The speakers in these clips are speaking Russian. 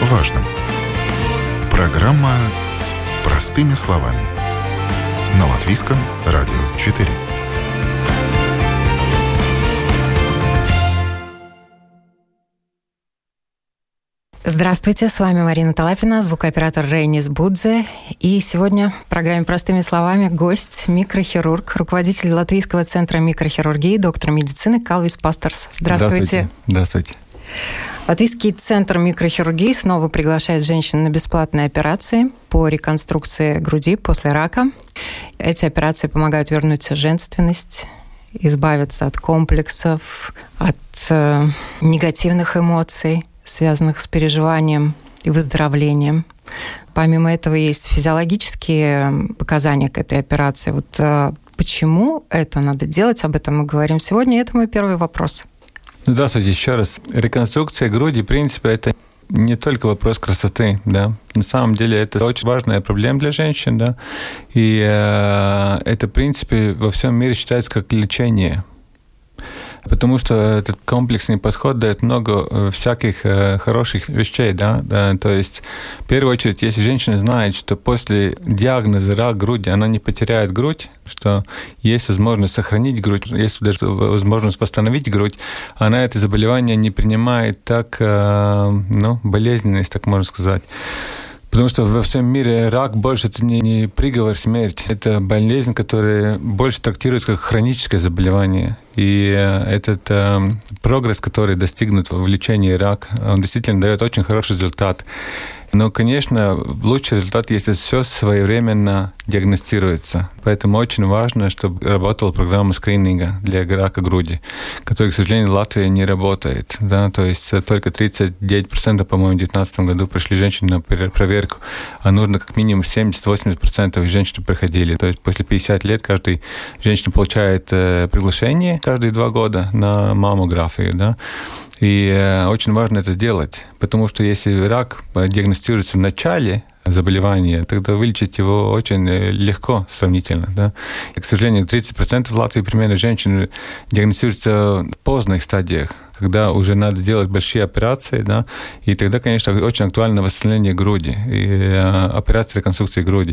важном. Программа «Простыми словами» на Латвийском радио 4. Здравствуйте, с вами Марина Талапина, звукооператор Рейнис Будзе. И сегодня в программе «Простыми словами» гость, микрохирург, руководитель Латвийского центра микрохирургии, доктор медицины Калвис Пасторс. Здравствуйте. Здравствуйте. Латвийский центр микрохирургии снова приглашает женщин на бесплатные операции по реконструкции груди после рака. Эти операции помогают вернуть женственность, избавиться от комплексов, от негативных эмоций, связанных с переживанием и выздоровлением. Помимо этого есть физиологические показания к этой операции. Почему это надо делать, об этом мы говорим сегодня, и это мой первый вопрос. Здравствуйте еще раз. Реконструкция груди, в принципе, это не только вопрос красоты, да. На самом деле это очень важная проблема для женщин, да. И это, в принципе, во всем мире считается как лечение. Потому что этот комплексный подход дает много всяких хороших вещей, да. То есть, в первую очередь, если женщина знает, что после диагноза рак груди она не потеряет грудь, что есть возможность сохранить грудь, есть даже возможность восстановить грудь, она это заболевание не принимает так, болезненно, если так можно сказать. Потому что во всем мире рак больше это не приговор смерти. Это болезнь, которая больше трактируется как хроническое заболевание. И этот прогресс, который достигнут в лечении рака, он действительно дает очень хороший результат. Но, конечно, лучший результат, если все своевременно диагностируется. Поэтому очень важно, чтобы работала программа скрининга для рака груди, которая, к сожалению, в Латвии не работает. Да? То есть только 39%, по-моему, в 2019 году пришли женщины на проверку, а нужно как минимум 70-80% женщин проходили. То есть после 50 лет каждая женщина получает приглашение каждые 2 года на маммографию. Да? И очень важно это делать, потому что если рак диагностируется в начале заболевания, тогда вылечить его очень легко сравнительно. Да? И, к сожалению, 30% в Латвии примерно женщин диагностируются в поздних стадиях, когда уже надо делать большие операции, да? И тогда, конечно, очень актуально восстановление груди и операция реконструкции груди.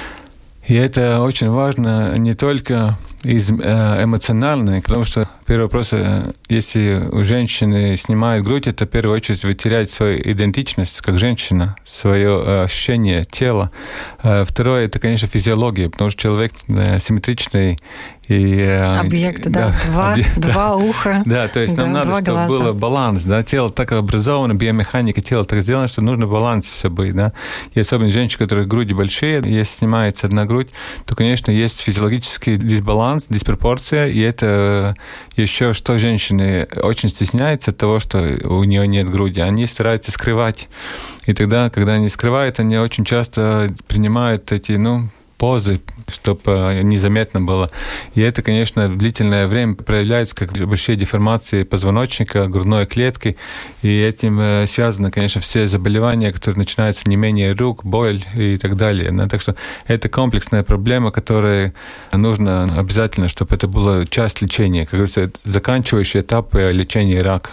И это очень важно не только из эмоциональной, потому что первый вопрос, если у женщины снимают грудь, это в первую очередь вы теряете свою идентичность как женщина, свое ощущение тела. Второе, это, конечно, физиология, потому что человек симметричный. И, объект, да. Два уха. Да, то есть нам надо, чтобы был баланс. Да? Тело так образовано, биомеханика тела так сделана, что нужно в балансе все быть. Да? И особенно женщины, у которых груди большие, если снимается одна грудь, то, конечно, есть физиологический дисбаланс, диспропорция, и это еще что женщины очень стесняются от того, что у нее нет груди. Они стараются скрывать. И тогда, когда они скрывают, они очень часто принимают эти, позы, чтобы незаметно было. И это, конечно, в длительное время проявляется как большие деформации позвоночника, грудной клетки. И этим связаны, конечно, все заболевания, которые начинаются не менее рук, боль и так далее. Так что это комплексная проблема, которая нужно обязательно, чтобы это была часть лечения, как говорится, заканчивающий этап лечения рака.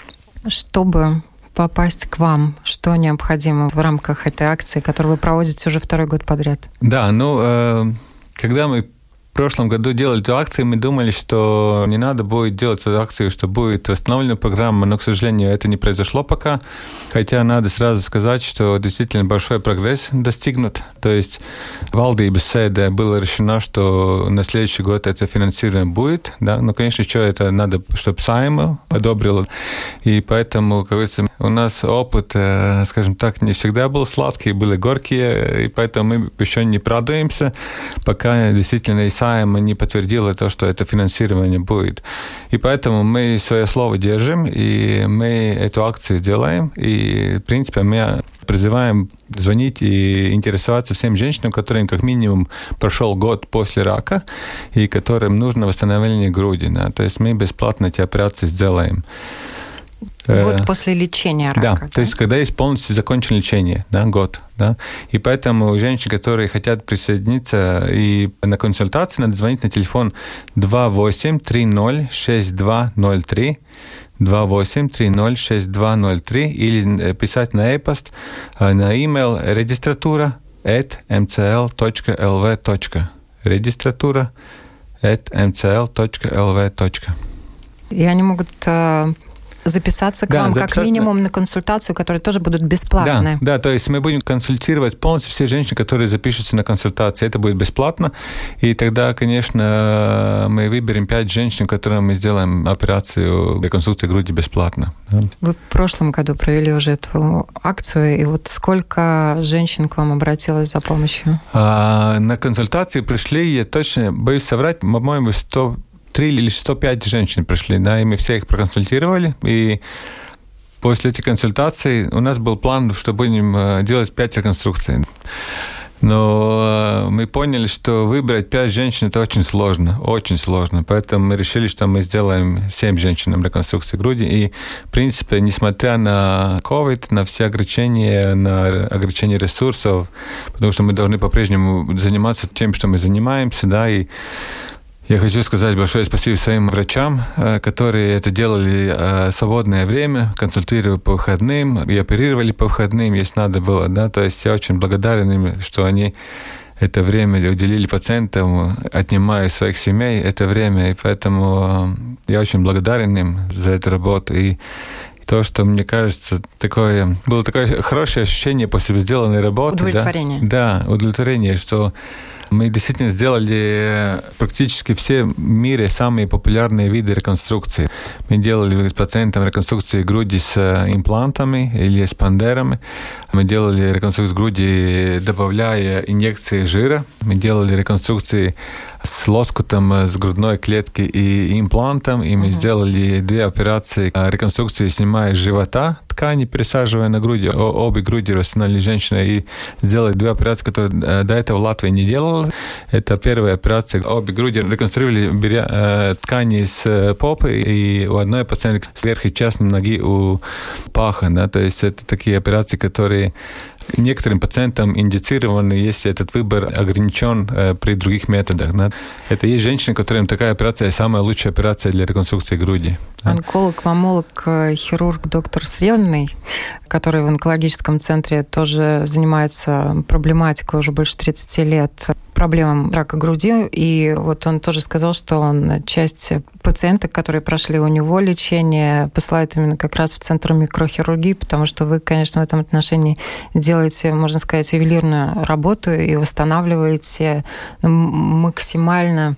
Чтобы попасть к вам, что необходимо в рамках этой акции, которую вы проводите уже 2-й год подряд? Да, когда мы в прошлом году делали эту акцию, мы думали, что не надо будет делать эту акцию, что будет восстановлена программа, но, к сожалению, это не произошло пока. Хотя надо сразу сказать, что действительно большой прогресс достигнут. То есть валдības sēdē было решено, что на следующий год это финансирование будет. Да? Но, конечно, еще это надо, чтобы Сайма одобрила. И поэтому, как говорится, у нас опыт, скажем так, не всегда был сладкий, были горькие, и поэтому мы еще не радуемся, пока действительно и Сайма не подтвердила то, что это финансирование будет. И поэтому мы свое слово держим, и мы эту акцию делаем. И, в принципе, мы призываем звонить и интересоваться всем женщинам, которым как минимум прошел год после рака, и которым нужно восстановление груди. Да? То есть мы бесплатно эти операции сделаем. Год после лечения рака. Да, то есть когда есть полностью закончено лечение, да, год. Да. И поэтому женщины, которые хотят присоединиться и на консультацию, надо звонить на телефон 28306203, 28306203 или писать на e-пост, на e-mail registratura@mcl.lv. registratura@mcl.lv. И они могут записаться к вам как минимум на консультацию, которые тоже будут бесплатные. Да, то есть мы будем консультировать полностью все женщины, которые запишутся на консультацию. Это будет бесплатно. И тогда, конечно, мы выберем 5 женщин, которым мы сделаем операцию реконструкции груди бесплатно. Вы в прошлом году провели уже эту акцию, и вот сколько женщин к вам обратилось за помощью? На консультации пришли, я точно боюсь соврать, по-моему, 103 или 105 женщин пришли, да, и мы всех проконсультировали, и после этих консультаций у нас был план, что будем делать 5 реконструкций. Но мы поняли, что выбрать 5 женщин – это очень сложно, поэтому мы решили, что мы сделаем 7 женщин реконструкции груди, и, в принципе, несмотря на COVID, на все ограничения, на ограничение ресурсов, потому что мы должны по-прежнему заниматься тем, что мы занимаемся, да, и я хочу сказать большое спасибо своим врачам, которые это делали в свободное время, консультировали по выходным и оперировали по выходным, если надо было. Да? То есть я очень благодарен им, что они это время уделили пациентам, отнимая из своих семей это время. И поэтому я очень благодарен им за эту работу. И то, что, мне кажется, было такое хорошее ощущение после сделанной работы. Удовлетворение. Да, удовлетворение, что мы действительно сделали практически все в мире самые популярные виды реконструкции. Мы делали с пациентом реконструкции груди с имплантами или с пандерами. Мы делали реконструкцию груди, добавляя инъекции жира. Мы делали реконструкции с лоскутом с грудной клетки и имплантом. И мы сделали 2 операции реконструкции, снимая с живота ткани, пересаживая на груди. Обе груди восстановили женщины. И сделали 2 операции, которые до этого в Латвии не делала. Это первая операция. Обе груди реконструировали, беря ткани с попы, и у одной пациентки верхней части ноги у паха. Да? То есть это такие операции, которые некоторым пациентам индицированы, если этот выбор ограничен при других методах. Да? Это есть женщины, которым такая операция самая лучшая операция для реконструкции груди. Онколог, маммолог, хирург доктор Срёмный, который в онкологическом центре тоже занимается проблематикой уже больше 30 лет, проблемам рака груди. И вот он тоже сказал, что он часть пациенток, которые прошли у него лечение, посылает именно как раз в центр микрохирургии, потому что вы, конечно, в этом отношении делаете, можно сказать, ювелирную работу и восстанавливаете максимально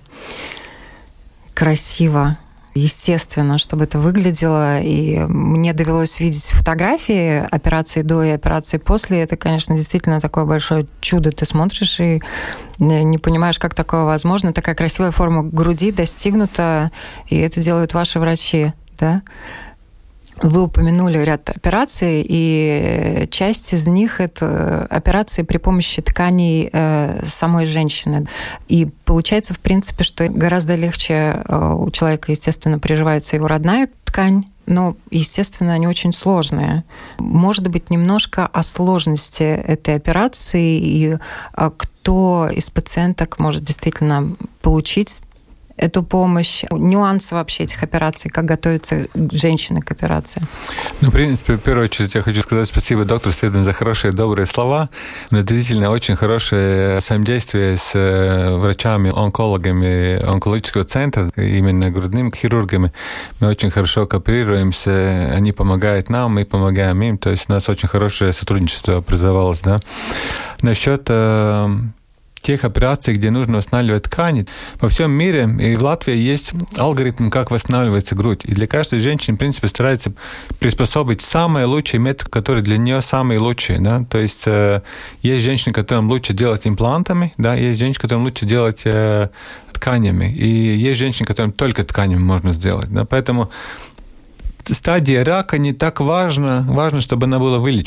красиво, естественно, чтобы это выглядело. И мне довелось видеть фотографии операции до и операции после. Это, конечно, действительно такое большое чудо. Ты смотришь и не понимаешь, как такое возможно. Такая красивая форма груди достигнута, и это делают ваши врачи, да? Вы упомянули ряд операций, и часть из них – это операции при помощи тканей самой женщины. И получается, в принципе, что гораздо легче у человека, естественно, приживается его родная ткань, но, естественно, они очень сложные. Может быть, немножко о сложности этой операции и кто из пациенток может действительно получить эту помощь, нюансы вообще этих операций, как готовятся женщины к операции? Ну, в принципе, в первую очередь я хочу сказать спасибо доктору Срёмному за хорошие, добрые слова. Это действительно очень хорошее взаимодействие с врачами, онкологами онкологического центра, именно грудными хирургами. Мы очень хорошо кооперируемся, они помогают нам, мы помогаем им. То есть у нас очень хорошее сотрудничество образовалось. Да? Насчет тех операций, где нужно восстанавливать ткани. Во всем мире и в Латвии есть алгоритм, как восстанавливается грудь. И для каждой женщины, в принципе, старается приспособить самый лучший метод, который для нее самый лучший. Да? То есть есть женщины, которым лучше делать имплантами, да? Есть женщины, которым лучше делать тканями. И есть женщины, которым только тканями можно сделать. Да? Поэтому стадия рака не так важна. Важно, чтобы она была вылечена.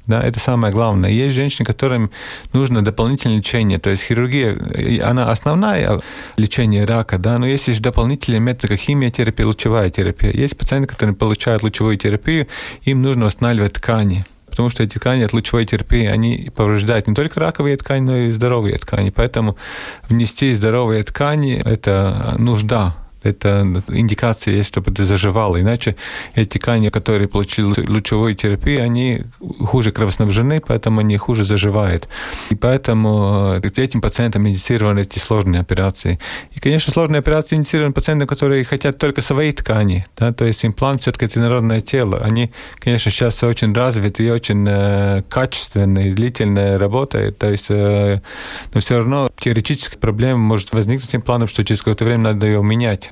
Да, это самое главное. Есть женщины, которым нужно дополнительное лечение. То есть хирургия, она основная лечение рака, да, но есть еще дополнительные методы, как химиотерапия, лучевая терапия. Есть пациенты, которые получают лучевую терапию, им нужно восстанавливать ткани. Потому что эти ткани от лучевой терапии, они повреждают не только раковые ткани, но и здоровые ткани. Поэтому внести здоровые ткани – это нужда. Это индикация есть, чтобы это заживало. Иначе эти ткани, которые получили лучевую терапию, они хуже кровоснабжены, поэтому они хуже заживают. И поэтому этим пациентам инициированы эти сложные операции. И, конечно, сложные операции инициированы пациентам, которые хотят только свои ткани. Да? То есть имплант все-таки это инородное тело. Они, конечно, сейчас очень развиты и очень качественные, и длительно работают. То есть, но все равно теоретически проблема может возникнуть с имплантом, что через какое-то время надо ее менять.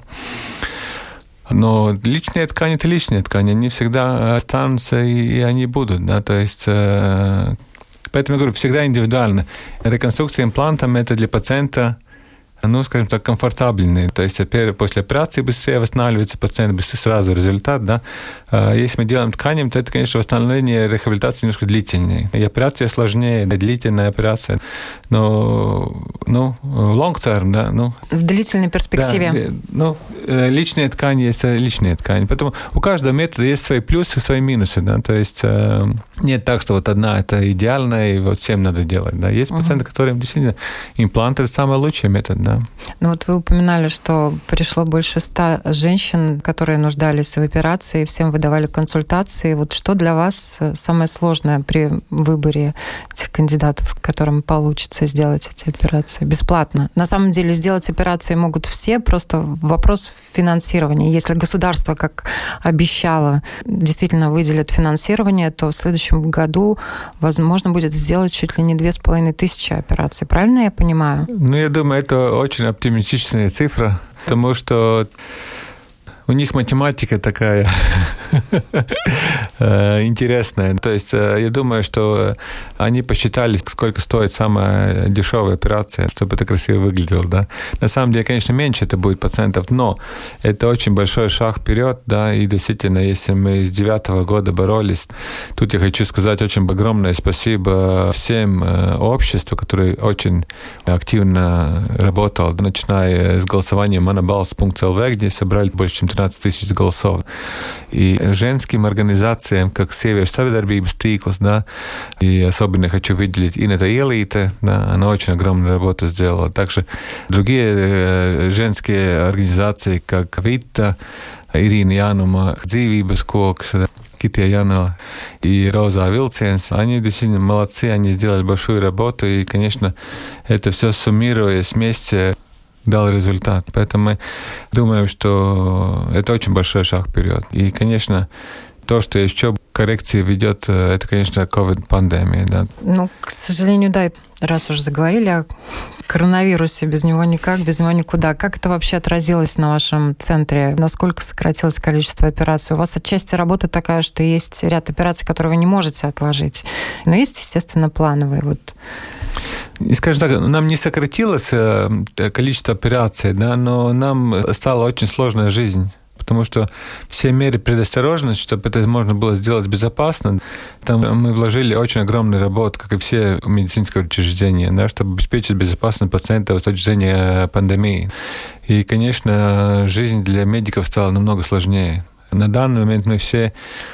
Но личные ткани – это личные ткани, они всегда останутся и они будут. Да? То есть, поэтому я говорю, всегда индивидуально. Реконструкция имплантом – это для пациента, ну, скажем так, комфортабельный. То есть после операции быстрее восстанавливается пациент, быстрее сразу результат. Да? Если мы делаем тканем, то это, конечно, восстановление, рехабилитация немножко длительнее. И операция сложнее, длительная операция. Но long term, да. Ну, в длительной перспективе. Да, личные ткани есть личные ткани. Поэтому у каждого метода есть свои плюсы и свои минусы. Да? То есть нет так, что вот одна это идеальная, и вот всем надо делать. Да? Есть пациенты, которым действительно имплант – это самый лучший метод. Да? Ну вот вы упоминали, что пришло больше 100 женщин, которые нуждались в операции, всем вы давали консультации. Вот что для вас самое сложное при выборе этих кандидатов, которым получится сделать эти операции бесплатно? На самом деле сделать операции могут все, просто вопрос финансирования. Если государство, как обещало, действительно выделит финансирование, то в следующем году возможно будет сделать чуть ли не 2500 операций. Правильно я понимаю? Ну, я думаю, это очень оптимистичная цифра, потому что у них математика такая интересная. То есть я думаю, что они посчитали, сколько стоит самая дешевая операция, чтобы это красиво выглядело. Да? На самом деле, конечно, меньше это будет пациентов, но это очень большой шаг вперед. Да? И действительно, если мы с 2009 года боролись, тут я хочу сказать очень огромное спасибо всем обществу, которое очень активно работало, начиная с голосования monoballs.lv, где собрали больше, чем 13 тысяч голосов. И женским организациям, как Sieviešu Saviedarbības tīkls, да, и особенно хочу выделить Инета Иелīte, да, она очень огромную работу сделала. Также другие женские организации, как Vita, Ирина Янума, Dzīvības koks, Кития Янела и Роза Вилценс, они действительно молодцы, они сделали большую работу, и, конечно, это все суммируясь вместе дал результат. Поэтому мы думаем, что это очень большой шаг вперед. И, конечно, то, что еще коррекции ведет, это, конечно, ковид-пандемия. Да. Ну, к сожалению, да, раз уже заговорили о коронавирусе, без него никак, без него никуда. Как это вообще отразилось на вашем центре? Насколько сократилось количество операций? У вас отчасти работа такая, что есть ряд операций, которые вы не можете отложить. Но есть, естественно, плановые. Вот. И, скажем так, нам не сократилось количество операций, да, но нам стала очень сложная жизнь. Потому что все меры предосторожности, чтобы это можно было сделать безопасно, там мы вложили очень огромную работу, как и все медицинские учреждения, да, чтобы обеспечить безопасность пациентов с точки зрения пандемии. И, конечно, жизнь для медиков стала намного сложнее. На данный момент мы всем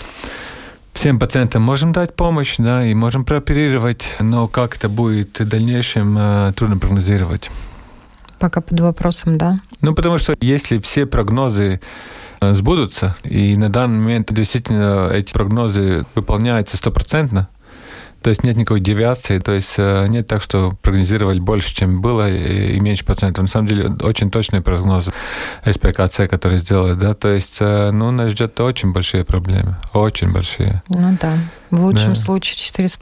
пациентам можем дать помощь, да, и можем прооперировать, но как это будет в дальнейшем, трудно прогнозировать. Пока под вопросом, да? Ну, потому что если все прогнозы сбудутся, и на данный момент действительно эти прогнозы выполняются 100%, то есть нет никакой девиации, то есть нет так, что прогнозировали больше, чем было, и меньше процентов. На самом деле очень точные прогнозы СПКЦ, которые сделали, да, то есть, нас ждет очень большие проблемы, очень большие. Ну да, в лучшем случае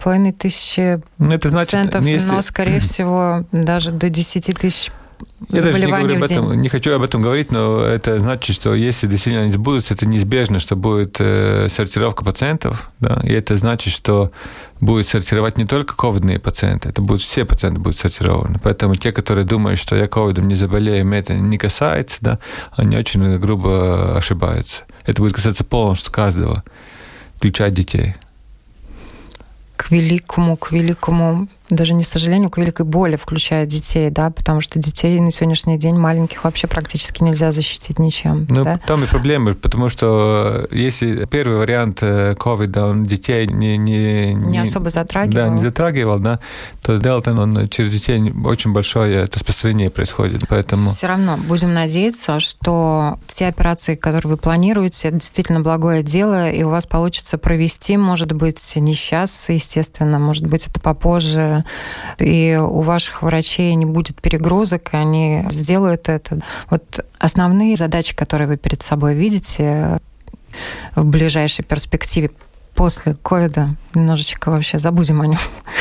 4500 пациентов, но, скорее всего, даже до 10 тысяч. Я даже не говорю об этом, не хочу об этом говорить, но это значит, что если действительно они сбудутся, это неизбежно, что будет сортировка пациентов, да, и это значит, что будет сортировать не только ковидные пациенты, это будут все пациенты будут сортированы. Поэтому те, которые думают, что я ковидом не заболею, это не касается, да, они очень грубо ошибаются. Это будет касаться полностью каждого, включая детей. к великому, даже не сожалению, к великой боли включая детей, да, потому что детей на сегодняшний день маленьких вообще практически нельзя защитить ничем. Ну, да? Там и проблемы, потому что если первый вариант ковида, он детей не особо затрагивал. Да, не затрагивал, да, то Дельта, он через детей очень большое распространение происходит, поэтому... Все равно будем надеяться, что те операции, которые вы планируете, это действительно благое дело, и у вас получится провести, может быть, не сейчас, естественно, может быть, это попозже, и у ваших врачей не будет перегрузок, и они сделают это. Вот основные задачи, которые вы перед собой видите в ближайшей перспективе после ковида, немножечко вообще забудем о нем.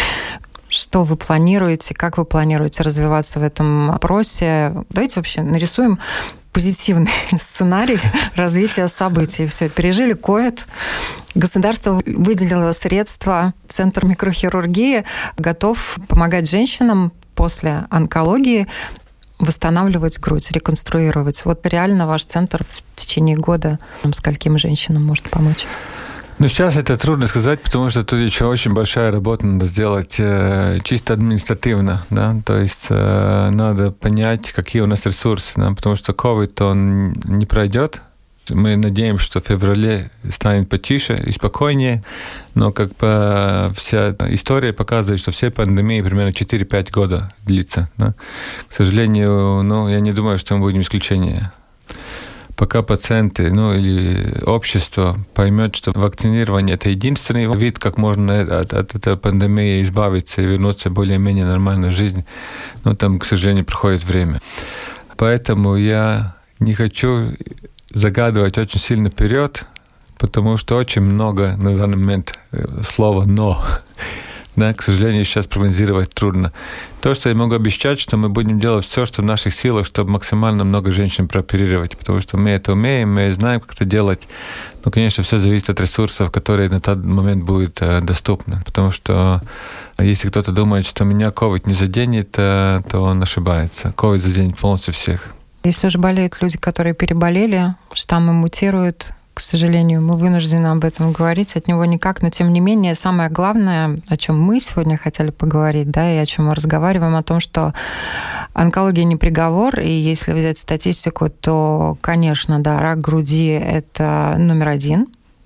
Что вы планируете, как вы планируете развиваться в этом вопросе? Давайте вообще нарисуем позитивный сценарий развития событий. Все, пережили ковид, государство выделило средства, Центр микрохирургии готов помогать женщинам после онкологии восстанавливать грудь, реконструировать. Вот реально ваш центр в течение года скольким женщинам может помочь? Ну, сейчас это трудно сказать, потому что тут еще очень большая работа надо сделать чисто административно, да, то есть надо понять, какие у нас ресурсы, да, потому что COVID, он не пройдет. Мы надеемся, что в феврале станет потише и спокойнее, но как бы вся история показывает, что все пандемии примерно 4-5 года длится. Да. К сожалению, я не думаю, что мы будем исключением. Пока пациенты, или общество поймет, что вакцинирование – это единственный вид, как можно от этой пандемии избавиться и вернуться в более-менее нормальную жизнь, там, к сожалению, проходит время. Поэтому я не хочу загадывать очень сильно вперед, потому что очень много на данный момент слова «но». Да, к сожалению, сейчас прогнозировать трудно. То, что я могу обещать, что мы будем делать все, что в наших силах, чтобы максимально много женщин прооперировать, потому что мы это умеем, мы знаем, как это делать. Но, конечно, все зависит от ресурсов, которые на тот момент будут доступны. Потому что если кто-то думает, что меня COVID не заденет, то он ошибается. COVID заденет полностью всех. Если уже болеют люди, которые переболели, штаммы мутируют, к сожалению, мы вынуждены об этом говорить, от него никак, но тем не менее, самое главное, о чем мы сегодня хотели поговорить, да, и о чем мы разговариваем, о том, что онкология не приговор, и если взять статистику, то, конечно, да, рак груди – это номер один.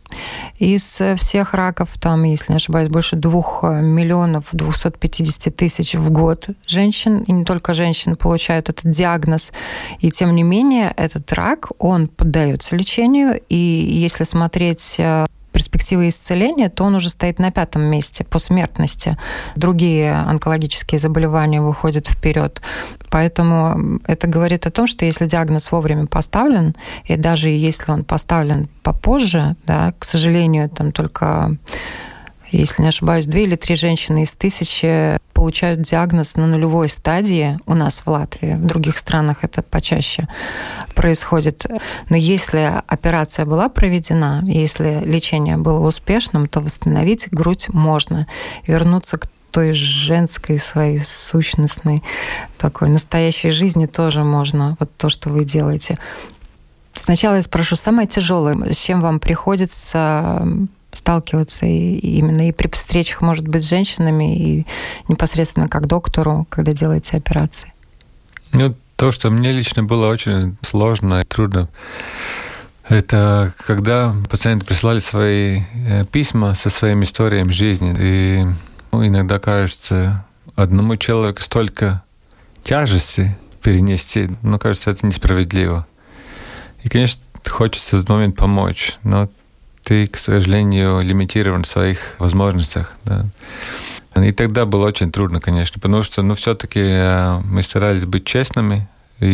Из всех раков, там, если не ошибаюсь, больше 2 250 000 в год женщин, и не только женщин, получают этот диагноз. И тем не менее, этот рак, он поддается лечению, и если смотреть перспективы исцеления, то он уже стоит на 5-м месте по смертности. Другие онкологические заболевания выходят вперед. Поэтому это говорит о том, что если диагноз вовремя поставлен, и даже если он поставлен попозже, да, к сожалению, там только, если не ошибаюсь, 2 или 3 женщины из 1000 получают диагноз на нулевой стадии у нас в Латвии. В других странах это почаще происходит. Но если операция была проведена, если лечение было успешным, то восстановить грудь можно. Вернуться к той женской своей сущностной такой настоящей жизни тоже можно. Вот то, что вы делаете. Сначала я спрошу, самое тяжелое, с чем вам приходится сталкиваться именно и при встречах, может быть, с женщинами, и непосредственно как доктору, когда делаете операции? То, что мне лично было очень сложно и трудно, это когда пациенты присылали свои письма со своими историями жизни. И иногда кажется, одному человеку столько тяжести перенести, но кажется, это несправедливо. И, конечно, хочется в этот момент помочь, но ты, к сожалению, лимитирован в своих возможностях. Да. И тогда было очень трудно, конечно, потому что все-таки мы старались быть честными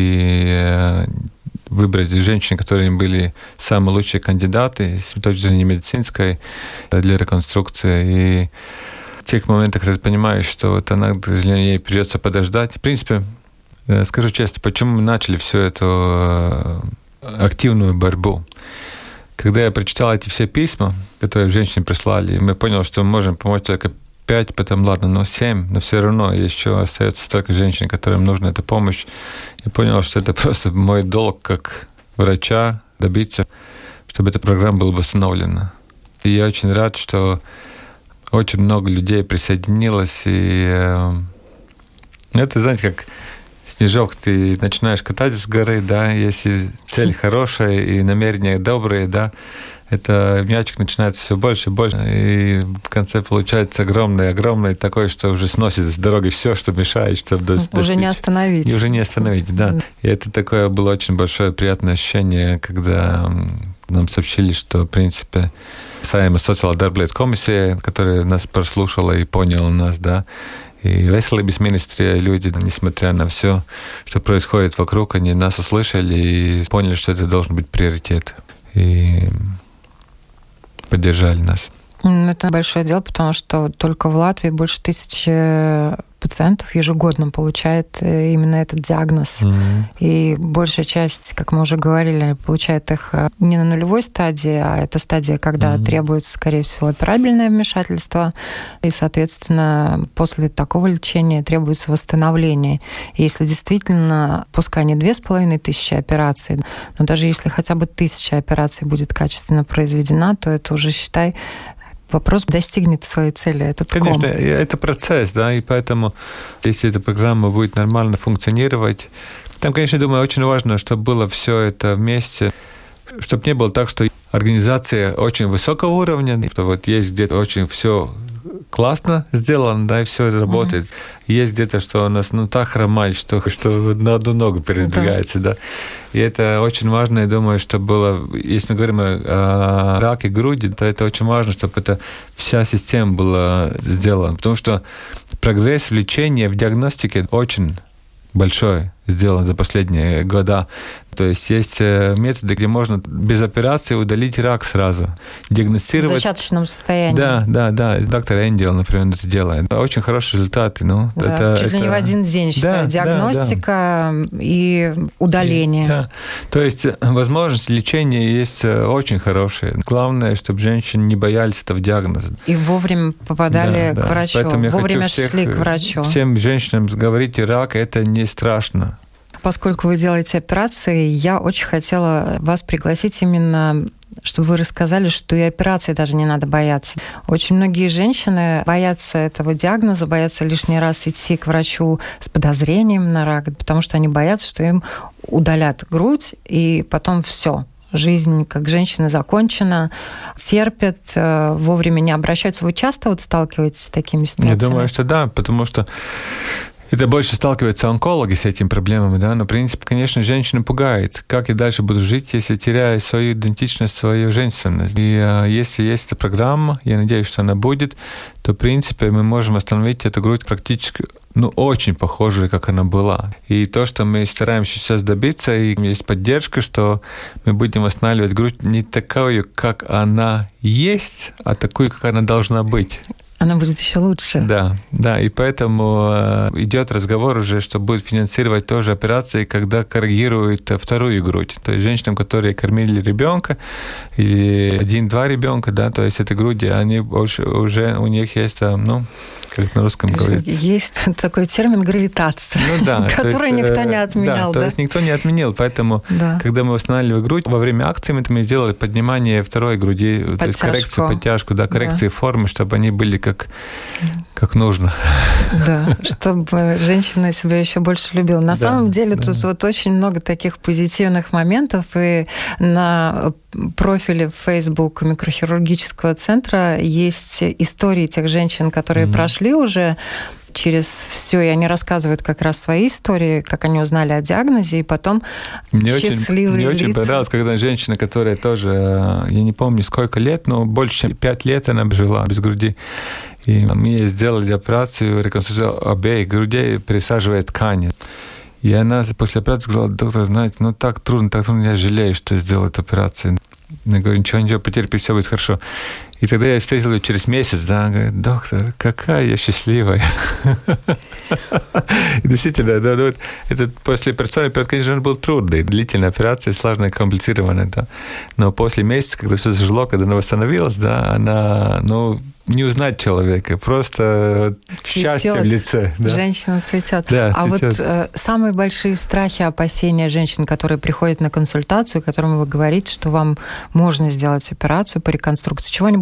и выбрать женщин, которые были самые лучшие кандидаты с точки зрения медицинской для реконструкции. И в тех моментах, когда ты понимаешь, что вот она, к сожалению, ей придется подождать. В принципе, скажу честно, почему мы начали всю эту активную борьбу? Когда я прочитал эти все письма, которые женщины прислали, мы поняли, что мы можем помочь только 5, потом, ладно, 7, но все равно еще остается столько женщин, которым нужна эта помощь. И понял, что это просто мой долг как врача добиться, чтобы эта программа была восстановлена. И я очень рад, что очень много людей присоединилось. И это, знаете, как снежок, ты начинаешь катать с горы, да, если цель хорошая и намерения добрые, да, это мячик начинается все больше и больше, и в конце получается огромный такой, что уже сносит с дороги все, что мешает, чтобы достичь. Уже не остановить. И уже не остановить, да. И это такое было очень большое приятное ощущение, когда нам сообщили, что, в принципе, Saeimas sociālā darba lietu komisija, которая нас прослушала и поняла нас, да, и Veselības министрия, люди, несмотря на все, что происходит вокруг, они нас услышали и поняли, что это должен быть приоритет. И поддержали нас. Это большое дело, потому что только в Латвии больше 1000 пациентов ежегодно получает именно этот диагноз. И большая часть, как мы уже говорили, получает их не на нулевой стадии, а это стадия, когда требуется, скорее всего, операбельное вмешательство. И, соответственно, после такого лечения требуется восстановление. И если действительно, пускай не 2500 операций, но даже если хотя бы 1000 операций будет качественно произведена, то это уже, считай, вопрос достигнет своей цели, этот Конечно, ком. это процесс, да, и поэтому, если эта программа будет нормально функционировать, там, конечно, думаю, очень важно, чтобы было все это вместе, чтобы не было так, что организация очень высокого уровня, что вот есть где-то очень все классно сделано, да, и все работает. Есть где-то, что у нас так хромает, что на одну ногу передвигается, да. И это очень важно, я думаю, чтобы было, если мы говорим о раке груди, то это очень важно, чтобы эта вся система была сделана, потому что прогресс в лечении, в диагностике очень большой сделан за последние года. То есть методы, где можно без операции удалить рак сразу. Диагностировать. В зачаточном состоянии. Да. Доктор Эндел, например, это делает. Очень хорошие результаты. Чуть ли не в один день, считаю. Диагностика и удаление. Да. То есть возможность лечения есть очень хорошие. Главное, чтобы женщины не боялись этого диагноза. И вовремя попадали к врачу. Поэтому вовремя шли к врачу. Всем женщинам говорите, рак – это не страшно. Поскольку вы делаете операции, я очень хотела вас пригласить именно, чтобы вы рассказали, что и операции даже не надо бояться. Очень многие женщины боятся этого диагноза, боятся лишний раз идти к врачу с подозрением на рак, потому что они боятся, что им удалят грудь, и потом все. Жизнь как женщины закончена, терпят, вовремя не обращаются. Вы часто сталкиваетесь с такими ситуациями? Я думаю, что да, потому что это больше сталкиваются онкологи с этими проблемами, да, но, в принципе, конечно, женщина пугает. Как я дальше буду жить, если теряю свою идентичность, свою женственность? И если есть эта программа, я надеюсь, что она будет, то, в принципе, мы можем восстановить эту грудь практически, очень похожей, как она была. И то, что мы стараемся сейчас добиться, и есть поддержка, что мы будем восстанавливать грудь не такую, как она есть, а такую, как она должна быть. Она будет еще лучше. Да, и поэтому идет разговор уже, что будет финансировать тоже операции, когда корректируют вторую грудь. То есть женщинам, которые кормили ребенка, или 1-2 ребенка, да, то есть это груди, они уже у них есть, как на русском говорится. Есть такой термин гравитация, который никто не отменял. Да, то есть никто не отменил, поэтому, когда мы восстанавливали грудь, во время акции мы сделали поднимание второй груди, то есть коррекцию, подтяжку, коррекции формы, чтобы они были как нужно. Да, чтобы женщина себя еще больше любила. На самом деле тут очень много таких позитивных моментов, и на профиле в Facebook микрохирургического центра есть истории тех женщин, которые прошли уже через все, и они рассказывают как раз свои истории, как они узнали о диагнозе, и потом счастливые лица. Мне очень понравилось, когда женщина, которая тоже, я не помню сколько лет, но больше чем 5 лет она жила без груди. И мы ей сделали операцию, реконструкцию обеих грудей, пересаживая ткани. И она после операции сказала: доктор, знаете, так трудно, я жалею, что сделал эту операцию. Я говорю: ничего, потерпи, все будет хорошо. И тогда я встретил ее через месяц, она говорит: доктор, какая я счастливая. И действительно, этот послеоперационный период, конечно, был трудный, длительная операция, сложная, комплицированная, да. Но после месяца, когда все зажило, когда она восстановилась, она, не узнать человека, просто счастье в лице. Да. Женщина цветет. Да, цветет. Вот самые большие страхи, опасения женщин, которые приходят на консультацию, которым вы говорите, что вам можно сделать операцию по реконструкции, чего они больше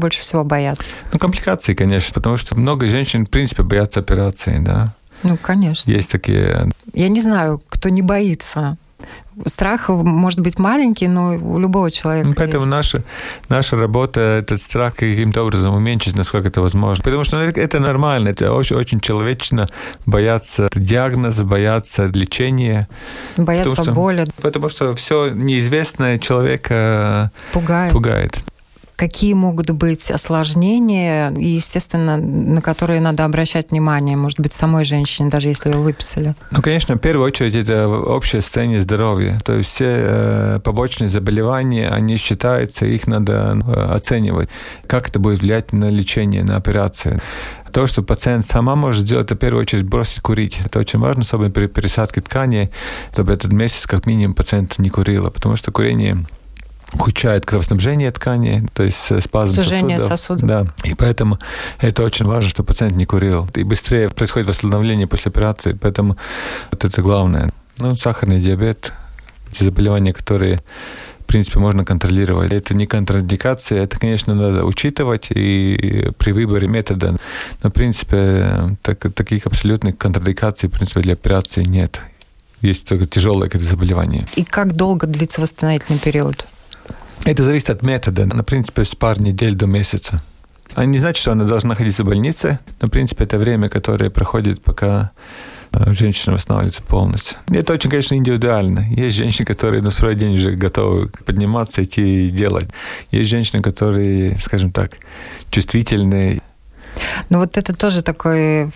больше всего боятся? Компликации, конечно, потому что много женщин, в принципе, боятся операции, да. Конечно. Есть такие... Я не знаю, кто не боится. Страх может быть маленький, но у любого человека поэтому есть. наша работа, этот страх каким-то образом уменьшить, насколько это возможно. Потому что это нормально, это очень, очень человечно бояться диагноза, бояться лечения. Бояться боли. Потому что все неизвестное человека пугает. Какие могут быть осложнения, и, естественно, на которые надо обращать внимание, может быть, самой женщине, даже если ее выписали? Конечно, в первую очередь это общее состояние здоровья. То есть все побочные заболевания, они считаются, их надо оценивать. Как это будет влиять на лечение, на операцию. То, что пациент сама может сделать, это в первую очередь бросить курить. Это очень важно, особенно при пересадке тканей, чтобы этот месяц как минимум пациент не курил, потому что курение ухудшает кровоснабжение ткани, то есть спазм сосудов. Да. И поэтому это очень важно, чтобы пациент не курил. И быстрее происходит восстановление после операции, поэтому вот это главное. Сахарный диабет, эти заболевания, которые, в принципе, можно контролировать. Это не контраиндикация, это, конечно, надо учитывать и при выборе метода. Но, в принципе, таких абсолютных контраиндикаций, в принципе, для операции нет. Есть только тяжелые какие-то заболевания. И как долго длится восстановительный период? Это зависит от метода. В принципе, с пару недель до месяца. А не значит, что она должна находиться в больнице. Но, в принципе, это время, которое проходит, пока женщина восстанавливается полностью. Это очень, конечно, индивидуально. Есть женщины, которые на второй день уже готовы подниматься, идти и делать. Есть женщины, которые, скажем так, чувствительные. Вот это тоже такой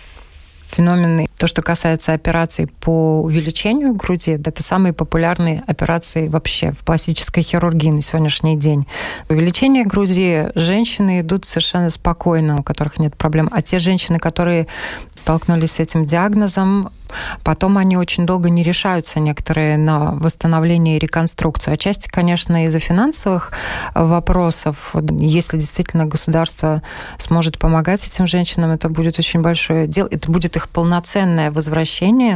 феномен. То, что касается операций по увеличению груди, это самые популярные операции вообще в пластической хирургии на сегодняшний день. Увеличение груди женщины идут совершенно спокойно, у которых нет проблем. А те женщины, которые столкнулись с этим диагнозом, потом они очень долго не решаются, некоторые, на восстановление и реконструкцию. Отчасти, конечно, из-за финансовых вопросов. Если действительно государство сможет помогать этим женщинам, это будет очень большое дело. Это будет их полноценное возвращение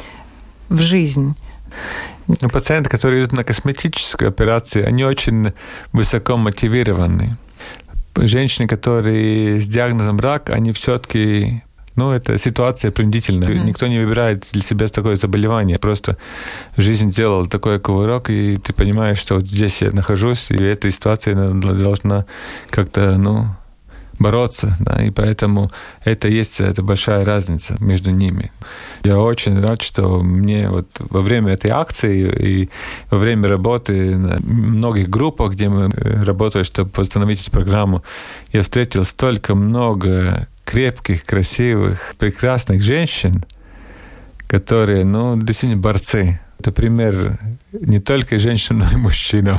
в жизнь. Пациенты, которые идут на косметическую операцию, они очень высоко мотивированы. Женщины, которые с диагнозом рак, они все-таки... это ситуация принудительная. Никто не выбирает для себя такое заболевание. Просто жизнь сделала такой кувырок, и ты понимаешь, что вот здесь я нахожусь, и эта ситуация должна как-то, бороться. Да? И поэтому это большая разница между ними. Я очень рад, что мне во время этой акции и во время работы на многих группах, где мы работали, чтобы восстановить эту программу, я встретил столько много крепких, красивых, прекрасных женщин, которые, действительно борцы. Это пример не только женщин, но и мужчинам.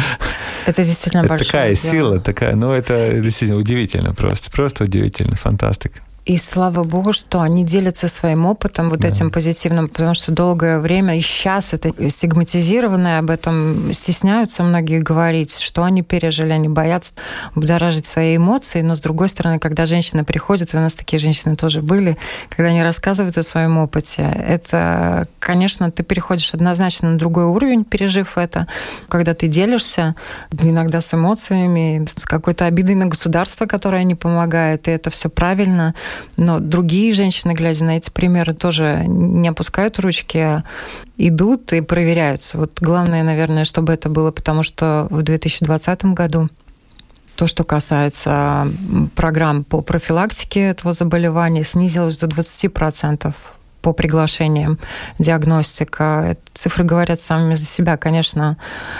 Это действительно большое такая дело. Сила, это действительно удивительно просто удивительно, фантастика. И слава богу, что они делятся своим опытом этим позитивным, потому что долгое время, и сейчас это стигматизированное, об этом стесняются многие говорить, что они пережили, они боятся будоражить свои эмоции, но с другой стороны, когда женщины приходят, и у нас такие женщины тоже были, когда они рассказывают о своем опыте, это, конечно, ты переходишь однозначно на другой уровень, пережив это, когда ты делишься иногда с эмоциями, с какой-то обидой на государство, которое не помогает, и это все правильно. Но другие женщины, глядя на эти примеры, тоже не опускают ручки, а идут и проверяются. Главное, наверное, чтобы это было, потому что в 2020 году то, что касается программ по профилактике этого заболевания, снизилось до 20% по приглашениям диагностика. Цифры говорят сами за себя. Конечно,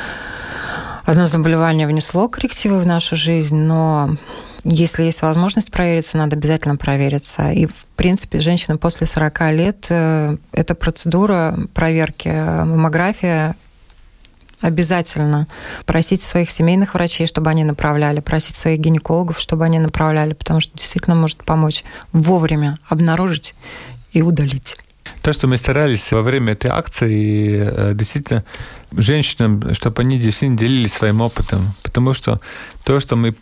одно заболевание внесло коррективы в нашу жизнь, но если есть возможность провериться, надо обязательно провериться. И, в принципе, женщина после 40 лет, эта процедура проверки, маммография, обязательно просить своих семейных врачей, чтобы они направляли, просить своих гинекологов, чтобы они направляли, потому что действительно может помочь вовремя обнаружить и удалить. То, что мы старались во время этой акции, действительно, женщинам, чтобы они действительно делились своим опытом. Потому что то, что мы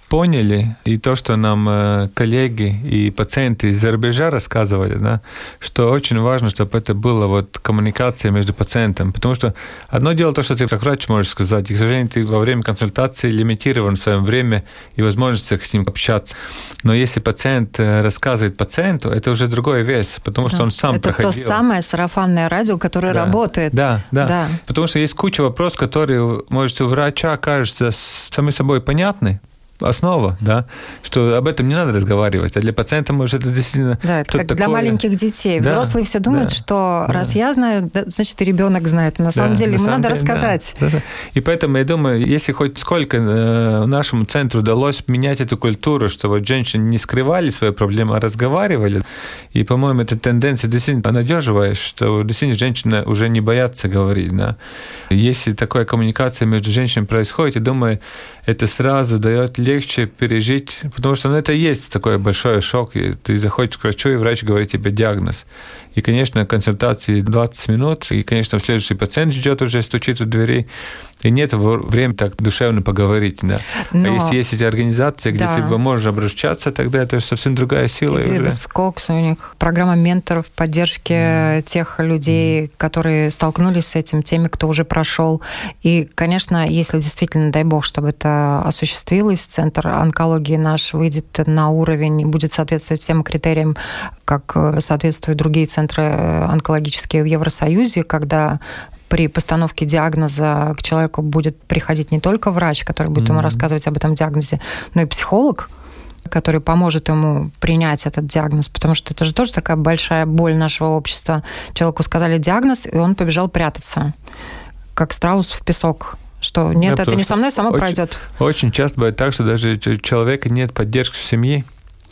поняли, и то, что нам коллеги и пациенты из-за рубежа рассказывали, да, что очень важно, чтобы это была вот коммуникация между пациентом. Потому что одно дело то, что ты как врач можешь сказать, и, к сожалению, ты во время консультации лимитирован в своем время и возможностях с ним общаться. Но если пациент рассказывает пациенту, это уже другой вес, потому что он сам проходил. Это то самое сарафанное радио, которое работает. Да. Потому что есть куча вопросов, которые, может, у врача кажутся сами собой понятны, основа, да, что об этом не надо разговаривать, а для пациента, может, это действительно это как такое... для маленьких детей. Взрослые все думают, что раз я знаю, значит, и ребенок знает. На самом деле ему надо рассказать. Да. И поэтому я думаю, если хоть сколько нашему центру удалось менять эту культуру, что вот женщины не скрывали свои проблемы, а разговаривали, и, по-моему, эта тенденция действительно обнадеживает, что действительно женщины уже не боятся говорить, да. Если такая коммуникация между женщинами происходит, я думаю, это сразу дает легче пережить, потому что это есть такой большой шок. И ты заходишь к врачу, и врач говорит тебе диагноз. И, конечно, консультации 20 минут, и, конечно, следующий пациент ждет уже, стучит у дверей, и нет времени так душевно поговорить. Да. А если есть эти организации, где ты можешь обращаться, тогда это совсем другая сила. Скокс, у них программа менторов, поддержки тех людей, которые столкнулись с этим, теми, кто уже прошел. И, конечно, если действительно, дай бог, чтобы это осуществилось, Центр онкологии наш выйдет на уровень и будет соответствовать всем критериям, как соответствуют другие центры онкологические в Евросоюзе, когда при постановке диагноза к человеку будет приходить не только врач, который будет ему рассказывать об этом диагнозе, но и психолог, который поможет ему принять этот диагноз, потому что это же тоже такая большая боль нашего общества. Человеку сказали диагноз, и он побежал прятаться, как страус в песок. Что нет, это не со мной, само пройдет. Очень часто бывает так, что даже у человека нет поддержки в семье.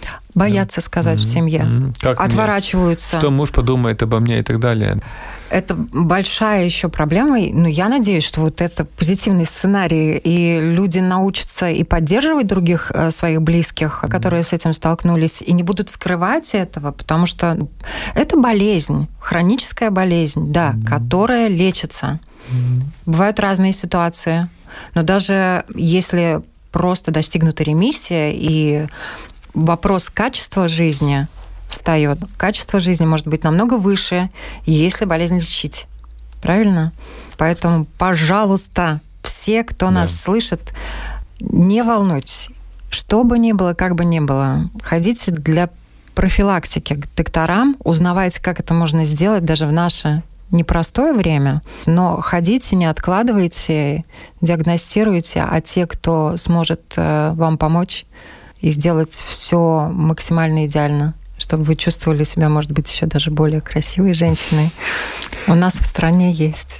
Боятся сказать в семье. Отворачиваются. Что муж подумает обо мне и так далее. Это большая еще проблема. Но я надеюсь, что вот это позитивный сценарий, и люди научатся и поддерживать других своих близких, которые с этим столкнулись, и не будут скрывать этого, потому что это болезнь, хроническая болезнь, да, которая лечится. Бывают разные ситуации. Но даже если просто достигнута ремиссия, и вопрос качества жизни встает. Качество жизни может быть намного выше, если болезнь лечить. Правильно? Поэтому, пожалуйста, все, кто нас слышит, не волнуйтесь. Что бы ни было, как бы ни было, ходите для профилактики к докторам, узнавайте, как это можно сделать даже в наше непростое время, но ходите, не откладывайте, диагностируйте, а те, кто сможет вам помочь и сделать все максимально идеально, чтобы вы чувствовали себя, может быть, еще даже более красивой женщиной, у нас в стране есть.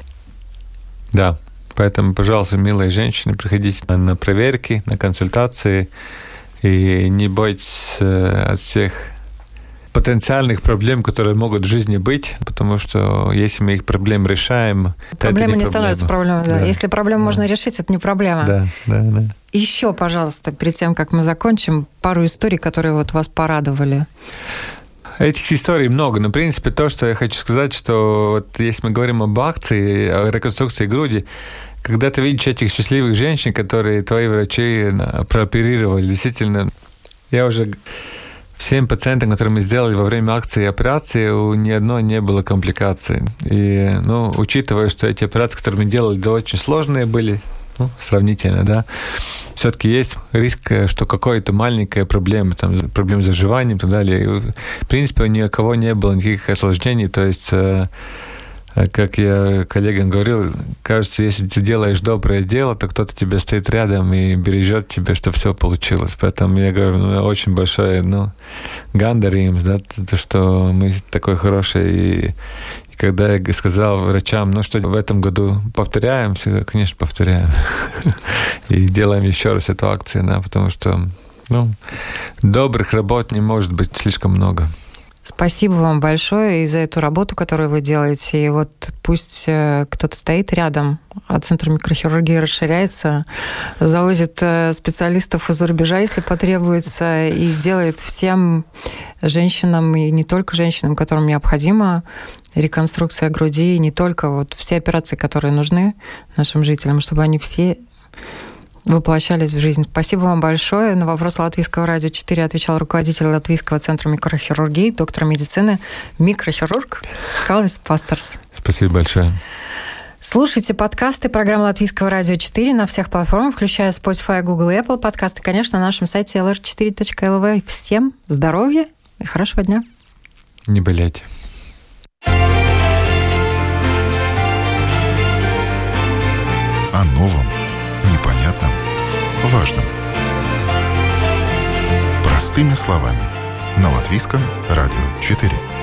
Да, поэтому, пожалуйста, милые женщины, приходите на проверки, на консультации, и не бойтесь от всех потенциальных проблем, которые могут в жизни быть, потому что если мы их проблем решаем, проблема не становится проблемой. Да. Если проблему можно решить, это не проблема. Да. Еще, пожалуйста, перед тем, как мы закончим, пару историй, которые вот вас порадовали. Этих историй много, но, в принципе, то, что я хочу сказать, что вот если мы говорим об акции, о реконструкции груди, когда ты видишь этих счастливых женщин, которые твои врачи прооперировали, действительно, я уже... Всем пациентам, которые мы сделали во время акции и операции, у ни одной не было компликаций. И, учитывая, что эти операции, которые мы делали, да, очень сложные были, сравнительно, да, все-таки есть риск, что какая-то маленькая проблема, там, проблема с заживанием и так далее. И, в принципе, у ни у кого не было никаких осложнений, то есть... Как я коллегам говорил, кажется, если ты делаешь доброе дело, то кто-то тебе стоит рядом и бережет тебя, чтобы все получилось. Поэтому я говорю, очень большое, гандарим, да, то, что мы такой хороший. И когда я сказал врачам, что в этом году повторяем, всегда, конечно, повторяем. И делаем еще раз эту акцию, да, потому что добрых работ не может быть слишком много. Спасибо вам большое и за эту работу, которую вы делаете. И вот пусть кто-то стоит рядом, а Центр микрохирургии расширяется, завозит специалистов из-за рубежа, если потребуется, и сделает всем женщинам, и не только женщинам, которым необходима реконструкция груди, и не только все операции, которые нужны нашим жителям, чтобы они все воплощались в жизнь. Спасибо вам большое. На вопрос Латвийского радио 4 отвечал руководитель Латвийского центра микрохирургии, доктор медицины, микрохирург Калвис Пастерс. Спасибо большое. Слушайте подкасты программы Латвийского радио 4 на всех платформах, включая Spotify, Google и Apple подкасты, конечно, на нашем сайте lr4.lv. Всем здоровья и хорошего дня. Не болейте. О новом, непонятном, важном. Простыми словами. На Латвийском радио 4.